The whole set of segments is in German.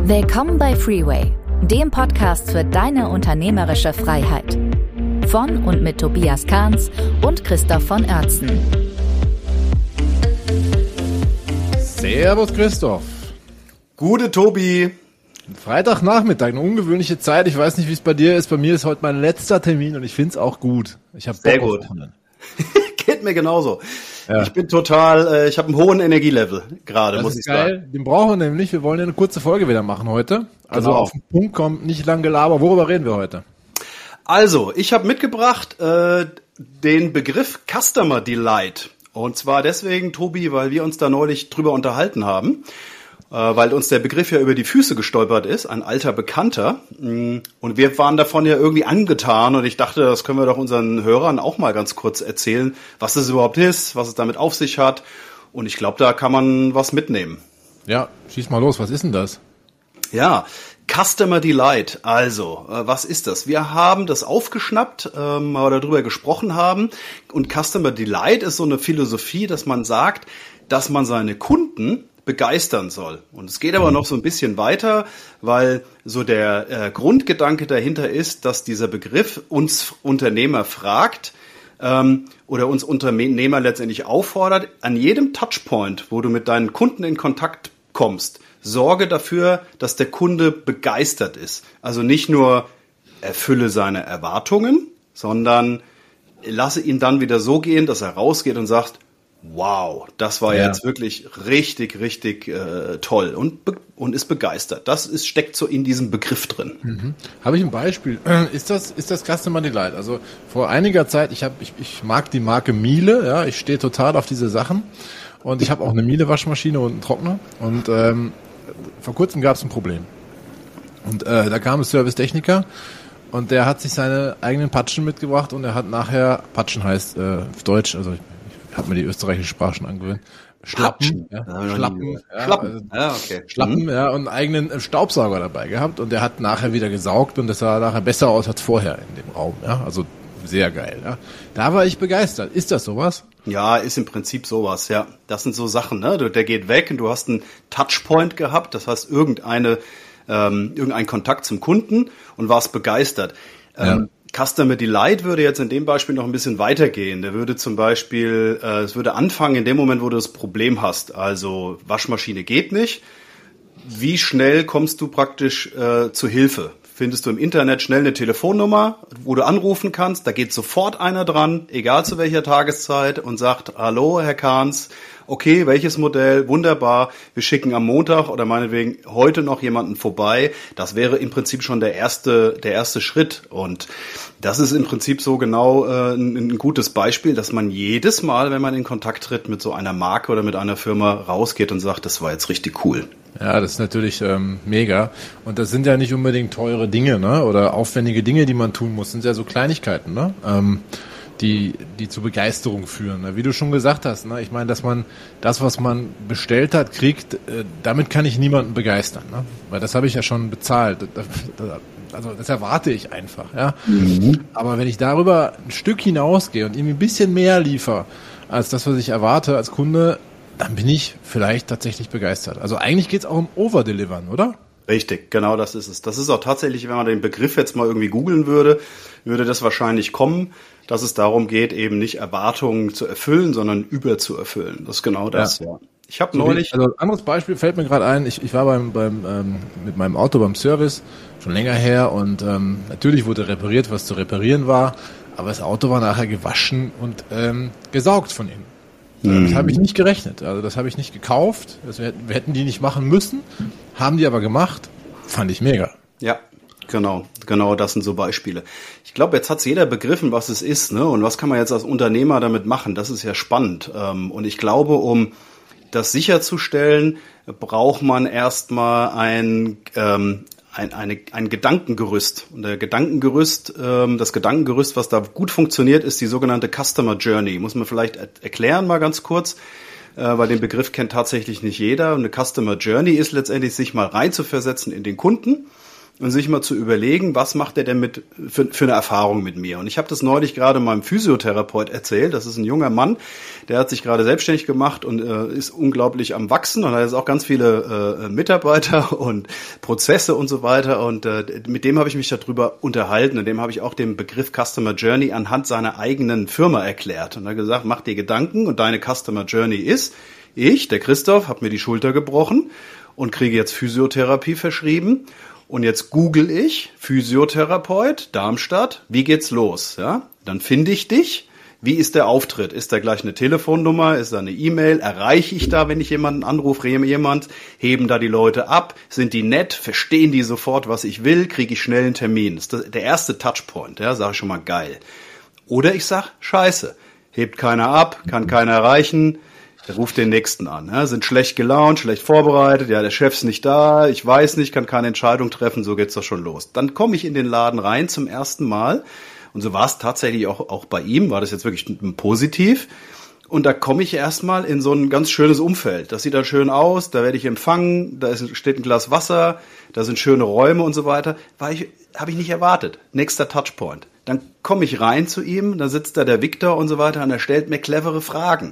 Willkommen bei Freeway, dem Podcast für deine unternehmerische Freiheit. Von und mit Tobias Kahns und Christoph von Oertzen. Servus Christoph. Gute Tobi. Freitagnachmittag, eine ungewöhnliche Zeit. Ich weiß nicht, wie es bei dir ist. Bei mir ist heute mein letzter Termin und ich finde es auch gut. Ich habe sehr gut. Geht mir genauso. Ja. Ich bin total, ich habe einen hohen Energielevel gerade, muss ich sagen. Den brauchen wir nämlich. Wir wollen ja eine kurze Folge wieder machen heute. Also genau. Auf den Punkt kommt, nicht lang Gelaber. Worüber reden wir heute? Also, ich habe mitgebracht den Begriff Customer Delight. Und zwar deswegen, Tobi, weil wir uns da neulich drüber unterhalten haben. Weil uns der Begriff ja über die Füße gestolpert ist, ein alter Bekannter. Und wir waren davon ja irgendwie angetan und ich dachte, das können wir doch unseren Hörern auch mal ganz kurz erzählen, was es überhaupt ist, was es damit auf sich hat. Und ich glaube, da kann man was mitnehmen. Ja, schieß mal los, was ist denn das? Ja, Customer Delight. Also, was ist das? Wir haben das aufgeschnappt, weil wir darüber gesprochen haben. Und Customer Delight ist so eine Philosophie, dass man sagt, dass man seine Kunden begeistern soll. Und es geht aber noch so ein bisschen weiter, weil so der Grundgedanke dahinter ist, dass dieser Begriff uns Unternehmer fragt oder uns Unternehmer letztendlich auffordert, an jedem Touchpoint, wo du mit deinen Kunden in Kontakt kommst, sorge dafür, dass der Kunde begeistert ist. Also nicht nur erfülle seine Erwartungen, sondern lasse ihn dann wieder so gehen, dass er rausgeht und sagt, wow, das war jetzt wirklich richtig, richtig toll und ist begeistert. Das steckt so in diesem Begriff drin. Mhm. Habe ich ein Beispiel? Ist das Customer Delight? Also vor einiger Zeit, ich mag die Marke Miele, ja, ich stehe total auf diese Sachen und ich habe auch eine Miele-Waschmaschine und einen Trockner und vor kurzem gab es ein Problem. Und da kam ein Servicetechniker und der hat sich seine eigenen Patschen mitgebracht und er hat nachher, Patschen heißt auf Deutsch, also ich habe mir die österreichische Sprache schon angewöhnt. Schlappen, Schlappen, ja, und einen eigenen Staubsauger dabei gehabt und der hat nachher wieder gesaugt und das sah nachher besser aus als vorher in dem Raum, ja, also sehr geil, ja. Da war ich begeistert. Ist das sowas? Ja, ist im Prinzip sowas, ja. Das sind so Sachen, ne? Der geht weg und du hast einen Touchpoint gehabt, das heißt irgendein Kontakt zum Kunden und warst begeistert. Customer Delight würde jetzt in dem Beispiel noch ein bisschen weitergehen. Der würde zum Beispiel, es würde anfangen in dem Moment, wo du das Problem hast. Also Waschmaschine geht nicht. Wie schnell kommst du praktisch zu Hilfe? Findest du im Internet schnell eine Telefonnummer, wo du anrufen kannst? Da geht sofort einer dran, egal zu welcher Tageszeit, und sagt, hallo, Herr Kahns, okay, welches Modell? Wunderbar, wir schicken am Montag oder meinetwegen heute noch jemanden vorbei. Das wäre im Prinzip schon der erste Schritt. Und das ist im Prinzip so genau ein gutes Beispiel, dass man jedes Mal, wenn man in Kontakt tritt mit so einer Marke oder mit einer Firma, rausgeht und sagt, das war jetzt richtig cool. Ja, das ist natürlich mega. Und das sind ja nicht unbedingt teure Dinge, ne? Oder aufwendige Dinge, die man tun muss. Das sind ja so Kleinigkeiten, ne? Die zu Begeisterung führen. Wie du schon gesagt hast, ne? Ich meine, dass man das, was man bestellt hat, kriegt, damit kann ich niemanden begeistern, ne? Weil das habe ich ja schon bezahlt. Also das erwarte ich einfach, ja. Mhm. Aber wenn ich darüber ein Stück hinausgehe und ihm ein bisschen mehr liefere, als das, was ich erwarte als Kunde, dann bin ich vielleicht tatsächlich begeistert. Also eigentlich geht's auch um Overdelivern, oder? Richtig, genau das ist es. Das ist auch tatsächlich, wenn man den Begriff jetzt mal irgendwie googeln würde das wahrscheinlich kommen, dass es darum geht, eben nicht Erwartungen zu erfüllen, sondern überzuerfüllen. Das ist genau das, ja. Ich habe neulich... Also ein anderes Beispiel fällt mir gerade ein. Ich war mit meinem Auto beim Service, schon länger her, und natürlich wurde repariert, was zu reparieren war, aber das Auto war nachher gewaschen und gesaugt von innen. Das habe ich nicht gerechnet, also das habe ich nicht gekauft, wir hätten die nicht machen müssen, haben die aber gemacht, fand ich mega. Ja, genau, das sind so Beispiele. Ich glaube, jetzt hat's jeder begriffen, was es ist, ne? Und was kann man jetzt als Unternehmer damit machen, das ist ja spannend. Und ich glaube, um das sicherzustellen, braucht man erstmal ein Gedankengerüst. Und das Gedankengerüst, was da gut funktioniert, ist die sogenannte Customer Journey. Muss man vielleicht erklären mal ganz kurz, weil den Begriff kennt tatsächlich nicht jeder. Und eine Customer Journey ist letztendlich, sich mal reinzuversetzen in den Kunden und sich mal zu überlegen, was macht er denn für eine Erfahrung mit mir. Und ich habe das neulich gerade meinem Physiotherapeut erzählt. Das ist ein junger Mann, der hat sich gerade selbstständig gemacht und ist unglaublich am Wachsen und hat jetzt auch ganz viele Mitarbeiter und Prozesse und so weiter. Und mit dem habe ich mich darüber unterhalten und dem habe ich auch den Begriff Customer Journey anhand seiner eigenen Firma erklärt. Und er hat gesagt, mach dir Gedanken und deine Customer Journey ist, ich, der Christoph, habe mir die Schulter gebrochen und kriege jetzt Physiotherapie verschrieben. Und jetzt google ich, Physiotherapeut, Darmstadt, wie geht's los? Ja, dann finde ich dich. Wie ist der Auftritt? Ist da gleich eine Telefonnummer? Ist da eine E-Mail? Erreiche ich da, wenn ich jemanden anrufe, heben da die Leute ab? Sind die nett? Verstehen die sofort, was ich will? Kriege ich schnell einen Termin? Das ist der erste Touchpoint, ja, sage ich schon mal geil. Oder ich sag, scheiße, hebt keiner ab, kann keiner erreichen. Der ruft den Nächsten an, ja, sind schlecht gelaunt, schlecht vorbereitet, ja, der Chef ist nicht da, ich weiß nicht, kann keine Entscheidung treffen, so geht's doch schon los. Dann komme ich in den Laden rein zum ersten Mal und so war es tatsächlich auch bei ihm, war das jetzt wirklich positiv und da komme ich erstmal in so ein ganz schönes Umfeld. Das sieht da schön aus, da werde ich empfangen, steht ein Glas Wasser, da sind schöne Räume und so weiter. Habe ich nicht erwartet. Nächster Touchpoint. Dann komme ich rein zu ihm, da sitzt da der Victor und so weiter und er stellt mir clevere Fragen.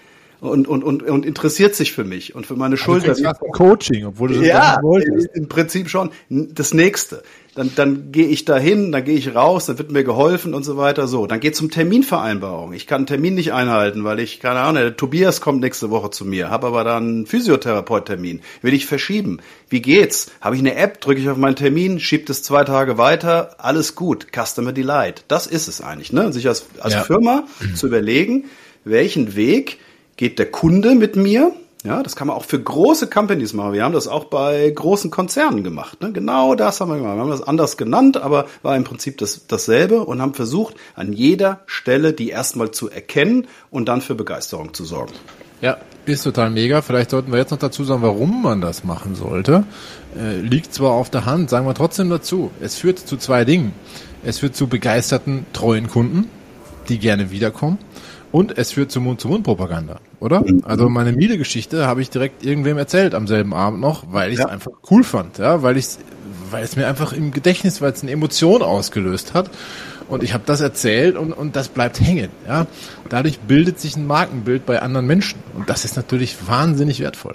Und interessiert sich für mich und für meine Schulter. Du kriegst fast Coaching, obwohl du das ja, nicht wolltest. Im Prinzip schon. Das Nächste. Dann gehe ich dahin, dann gehe ich raus, dann wird mir geholfen und so weiter. So, dann geht's um Terminvereinbarung. Ich kann einen Termin nicht einhalten, weil ich, keine Ahnung, der Tobias kommt nächste Woche zu mir, habe aber dann einen Physiotherapeut-Termin. Will ich verschieben? Wie geht's? Habe ich eine App, drücke ich auf meinen Termin, schiebt es 2 Tage weiter, alles gut. Customer Delight. Das ist es eigentlich, ne? Sich als Firma zu überlegen, welchen Weg geht der Kunde mit mir? Ja, das kann man auch für große Companies machen. Wir haben das auch bei großen Konzernen gemacht. Ne? Genau das haben wir gemacht. Wir haben das anders genannt, aber war im Prinzip dasselbe und haben versucht, an jeder Stelle die erstmal zu erkennen und dann für Begeisterung zu sorgen. Ja, ist total mega. Vielleicht sollten wir jetzt noch dazu sagen, warum man das machen sollte. Liegt zwar auf der Hand, sagen wir trotzdem dazu. Es führt zu 2 Dingen. Es führt zu begeisterten, treuen Kunden, die gerne wiederkommen. Und es führt zu Mund-zu-Mund-Propaganda, oder? Also meine Miele-Geschichte habe ich direkt irgendwem erzählt am selben Abend noch, weil ich es einfach cool fand, ja, weil es mir einfach im Gedächtnis, weil es eine Emotion ausgelöst hat. Und ich habe das erzählt und das bleibt hängen, ja. Dadurch bildet sich ein Markenbild bei anderen Menschen und das ist natürlich wahnsinnig wertvoll.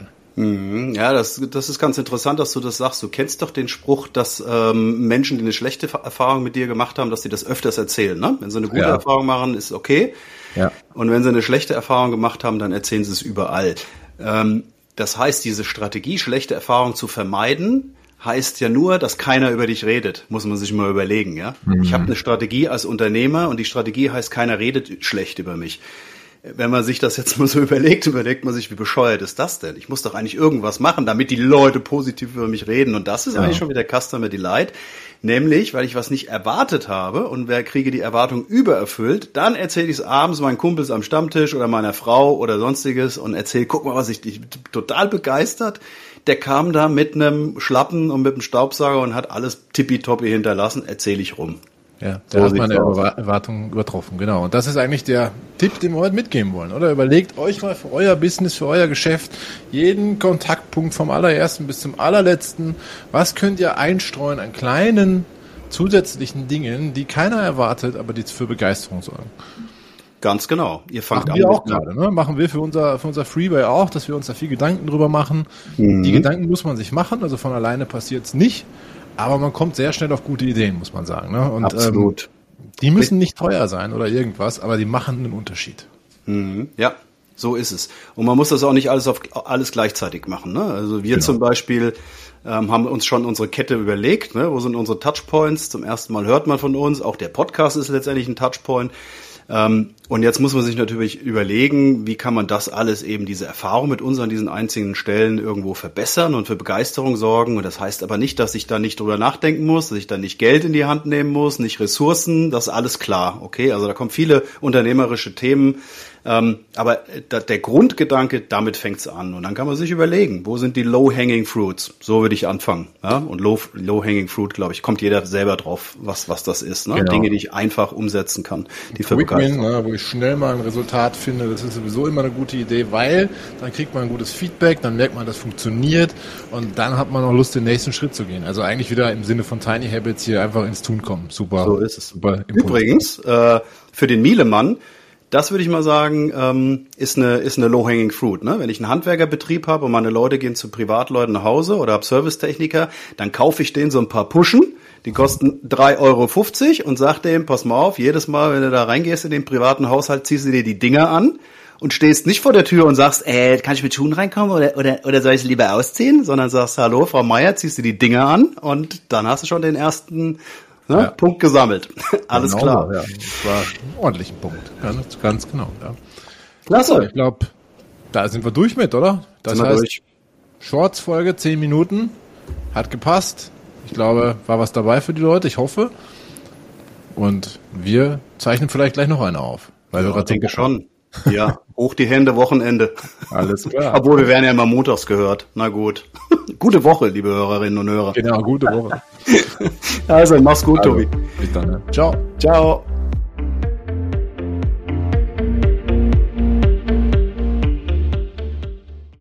Ja, das ist ganz interessant, dass du das sagst. Du kennst doch den Spruch, dass Menschen, die eine schlechte Erfahrung mit dir gemacht haben, dass sie das öfters erzählen, ne? Wenn sie eine gute Erfahrung machen, ist okay. Ja. Und wenn sie eine schlechte Erfahrung gemacht haben, dann erzählen sie es überall. Das heißt, diese Strategie, schlechte Erfahrungen zu vermeiden, heißt ja nur, dass keiner über dich redet. Muss man sich mal überlegen, ja? Ich habe eine Strategie als Unternehmer und die Strategie heißt, keiner redet schlecht über mich. Wenn man sich das jetzt mal so überlegt man sich, wie bescheuert ist das denn? Ich muss doch eigentlich irgendwas machen, damit die Leute positiv über mich reden. Und das ist eigentlich schon wieder Customer Delight. Nämlich, weil ich was nicht erwartet habe und kriege die Erwartung übererfüllt, dann erzähle ich es abends meinen Kumpels am Stammtisch oder meiner Frau oder sonstiges und erzähle, guck mal, was ich bin total begeistert. Der kam da mit einem Schlappen und mit einem Staubsauger und hat alles tippitoppi hinterlassen, erzähle ich rum. Ja, der hat meine Erwartungen übertroffen, genau. Und das ist eigentlich der Tipp, den wir heute mitgeben wollen, oder? Überlegt euch mal für euer Business, für euer Geschäft, jeden Kontaktpunkt vom allerersten bis zum allerletzten, was könnt ihr einstreuen an kleinen zusätzlichen Dingen, die keiner erwartet, aber die für Begeisterung sorgen. Ganz genau. Ihr fangt an. Machen wir auch gerade, ne? Machen wir für unser Freeway auch, dass wir uns da viel Gedanken drüber machen. Die Gedanken muss man sich machen, also von alleine passiert's nicht. Aber man kommt sehr schnell auf gute Ideen, muss man sagen. Ne? Und, absolut. Die müssen nicht teuer sein oder irgendwas, aber die machen einen Unterschied. Ja, so ist es. Und man muss das auch nicht alles gleichzeitig machen. Ne? Also wir zum Beispiel haben uns schon unsere Kette überlegt. Ne? Wo sind unsere Touchpoints? Zum ersten Mal hört man von uns. Auch der Podcast ist letztendlich ein Touchpoint. Und jetzt muss man sich natürlich überlegen, wie kann man das alles eben, diese Erfahrung mit uns an diesen einzigen Stellen irgendwo verbessern und für Begeisterung sorgen. Und das heißt aber nicht, dass ich da nicht drüber nachdenken muss, dass ich da nicht Geld in die Hand nehmen muss, nicht Ressourcen, das ist alles klar, okay? Also da kommen viele unternehmerische Themen, aber der Grundgedanke, damit fängt's an. Und dann kann man sich überlegen, wo sind die Low-Hanging Fruits? So würde ich anfangen. Ja? Und Low-Hanging Fruit, glaube ich, kommt jeder selber drauf, was das ist. Ne? Genau. Dinge, die ich einfach umsetzen kann, die für Begeistern. Ne, wo ich schnell mal ein Resultat finde, das ist sowieso immer eine gute Idee, weil dann kriegt man ein gutes Feedback, dann merkt man, das funktioniert und dann hat man auch Lust, den nächsten Schritt zu gehen. Also eigentlich wieder im Sinne von Tiny Habits hier einfach ins Tun kommen. Super. So ist es. Super Impuls. Übrigens, für den Mielemann, das würde ich mal sagen, ist eine low-hanging fruit. Ne? Wenn ich einen Handwerkerbetrieb habe und meine Leute gehen zu Privatleuten nach Hause oder habe Servicetechniker, dann kaufe ich denen so ein paar Puschen, die kosten 3,50 € und sag dem, pass mal auf, jedes Mal, wenn du da reingehst in den privaten Haushalt, ziehst du dir die Dinger an und stehst nicht vor der Tür und sagst, kann ich mit Schuhen reinkommen oder soll ich lieber ausziehen? Sondern sagst, hallo, Frau Meier, ziehst du die Dinger an und dann hast du schon den ersten Punkt gesammelt. Alles genau, klar. Ja. Das war ein ordentlicher Punkt. Ganz genau. Ja. Klasse. Ich glaube, da sind wir durch mit, oder? Das heißt, Shorts-Folge, 10 Minuten, hat gepasst. Ich glaube, war was dabei für die Leute, ich hoffe. Und wir zeichnen vielleicht gleich noch eine auf. Weil wir gerade denke schon. Ja, hoch die Hände, Wochenende. Alles klar. Obwohl, wir werden ja immer montags gehört. Na gut. Gute Woche, liebe Hörerinnen und Hörer. Genau, gute Woche. Also, mach's gut, Tobi. Bis dann. Ne? Ciao. Ciao.